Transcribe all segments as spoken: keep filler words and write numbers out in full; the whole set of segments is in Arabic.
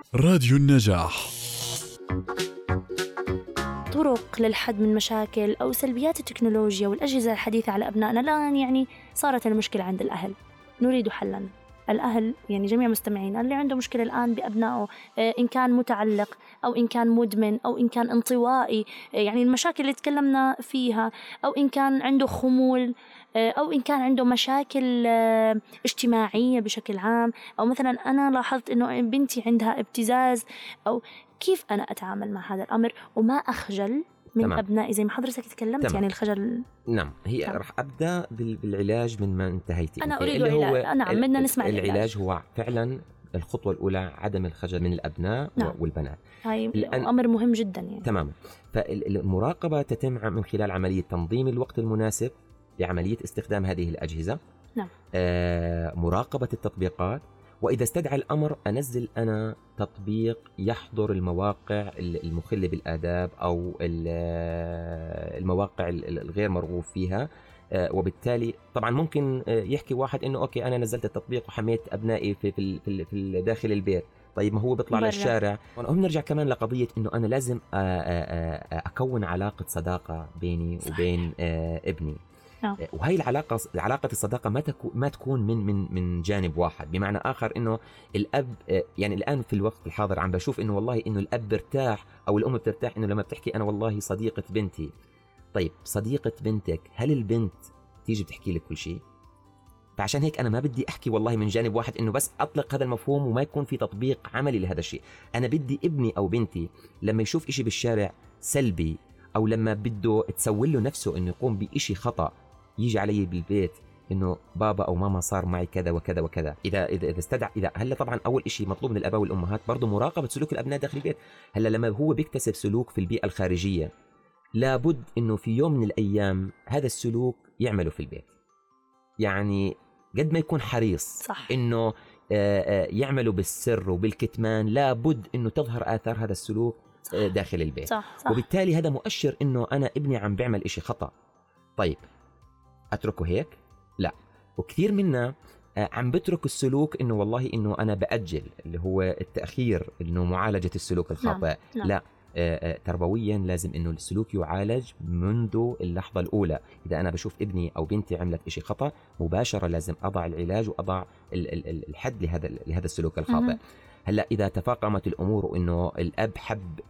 راديو النجاح. طرق للحد من مشاكل أو سلبيات التكنولوجيا والأجهزة الحديثة على أبنائنا. الآن يعني صارت المشكلة عند الأهل، نريد حلاً. الأهل يعني جميع مستمعينا اللي عنده مشكلة الآن بأبنائه، إن كان متعلق أو إن كان مدمن أو إن كان انطوائي، يعني المشاكل اللي تكلمنا فيها، أو إن كان عنده خمول، أو إن كان عنده مشاكل اجتماعية بشكل عام، أو مثلا أنا لاحظت إنه بنتي عندها ابتزاز، أو كيف أنا أتعامل مع هذا الأمر وما أخجل من تمام. أبنائي زي ما حضرتك تكلمت تمام. يعني الخجل. نعم، هي تمام. رح أبدأ بالعلاج من ما انتهيتي. أنا أريد علاج. أنا عمدنا نسمع العلاج. العلاج هو فعلا الخطوة الأولى عدم الخجل من الأبناء نعم. والبنات. هاي الآن... أمر مهم جدا يعني. تمام. فالمراقبة تتم من خلال عملية تنظيم الوقت المناسب لعملية استخدام هذه الأجهزة. نعم. آه مراقبة التطبيقات، وإذا استدعى الأمر أنزل أنا تطبيق يحضر المواقع المخلة بالآداب أو المواقع الغير مرغوب فيها. وبالتالي طبعا ممكن يحكي واحد إنه أوكي أنا نزلت التطبيق وحميت أبنائي في في في, في داخل البيت. طيب ما هو بيطلع للشارع. وهم نرجع كمان لقضية إنه أنا لازم أكون علاقة صداقة بيني صحيح. وبين ابني. أوه. وهي العلاقة علاقة الصداقة ما تكون ما تكون من من من جانب واحد، بمعنى آخر إنه الأب يعني الآن في الوقت الحاضر عم بشوف إنه والله إنه الأب برتاح أو الأم بترتاح إنه لما بتحكي أنا والله صديقة بنتي. طيب صديقة بنتك، هل البنت تيجي بتحكي لك كل شيء؟ فعشان هيك أنا ما بدي أحكي والله من جانب واحد إنه بس أطلق هذا المفهوم وما يكون في تطبيق عملي لهذا الشيء. أنا بدي ابني أو بنتي لما يشوف إشي بالشارع سلبي، أو لما بده تسوي له نفسه إنه يقوم بإشي خطأ، يجي علي بالبيت إنه بابا أو ماما صار معي كذا وكذا وكذا. إذا إذا إذا استدعى إذا هلا طبعا أول إشي مطلوب من الآباء والأمهات برضو مراقبة سلوك الأبناء داخل البيت. هلا لما هو بيكتسب سلوك في البيئة الخارجية، لابد إنه في يوم من الأيام هذا السلوك يعمله في البيت. يعني قد ما يكون حريص صح. إنه يعمله بالسر وبالكتمان، لابد إنه تظهر آثار هذا السلوك داخل البيت. صح. صح. وبالتالي هذا مؤشر إنه أنا ابني عم بيعمل إشي خطأ. طيب أتركه هيك؟ لا. وكثير منا عم بترك السلوك إنه والله إنه أنا بأجل، اللي هو التأخير، إنه معالجة السلوك الخاطئ. نعم. نعم. لا، تربويا لازم إنه السلوك يعالج منذ اللحظة الأولى. إذا أنا بشوف ابني أو بنتي عملت إشي خطأ، مباشرة لازم أضع العلاج وأضع الحد لهذا لهذا السلوك الخاطئ. هلا إذا تفاقمت الأمور وإنه الأب حب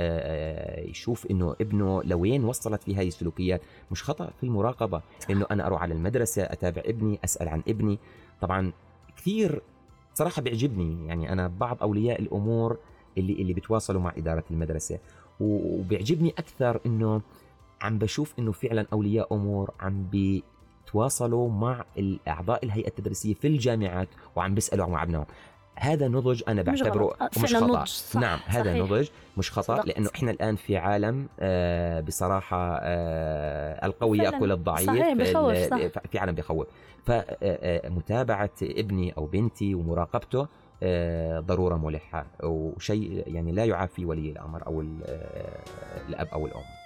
يشوف إنه ابنه لوين وصلت في هاي السلوكيات، مش خطأ في المراقبة إنه أنا أروح على المدرسة أتابع ابني، أسأل عن ابني. طبعا كثير صراحة بيعجبني يعني أنا بعض أولياء الأمور اللي اللي بتواصلوا مع إدارة المدرسة، وبيعجبني أكثر إنه عم بشوف إنه فعلا أولياء أمور عم بيتواصلوا مع الأعضاء الهيئة التدريسية في الجامعات وعم بيسألوا عن أبنائهم. هذا نضج أنا بعتبره مش خطأ. نعم هذا صحيح. نضج مش خطأ صدقت. لأنه إحنا الآن في عالم آه بصراحة آه القوي يأكل الضعيف. في عالم بيخوف. فمتابعة ابني أو بنتي ومراقبته آه ضرورة ملحة، وشيء يعني لا يعافي ولي الأمر أو الأب أو الأم.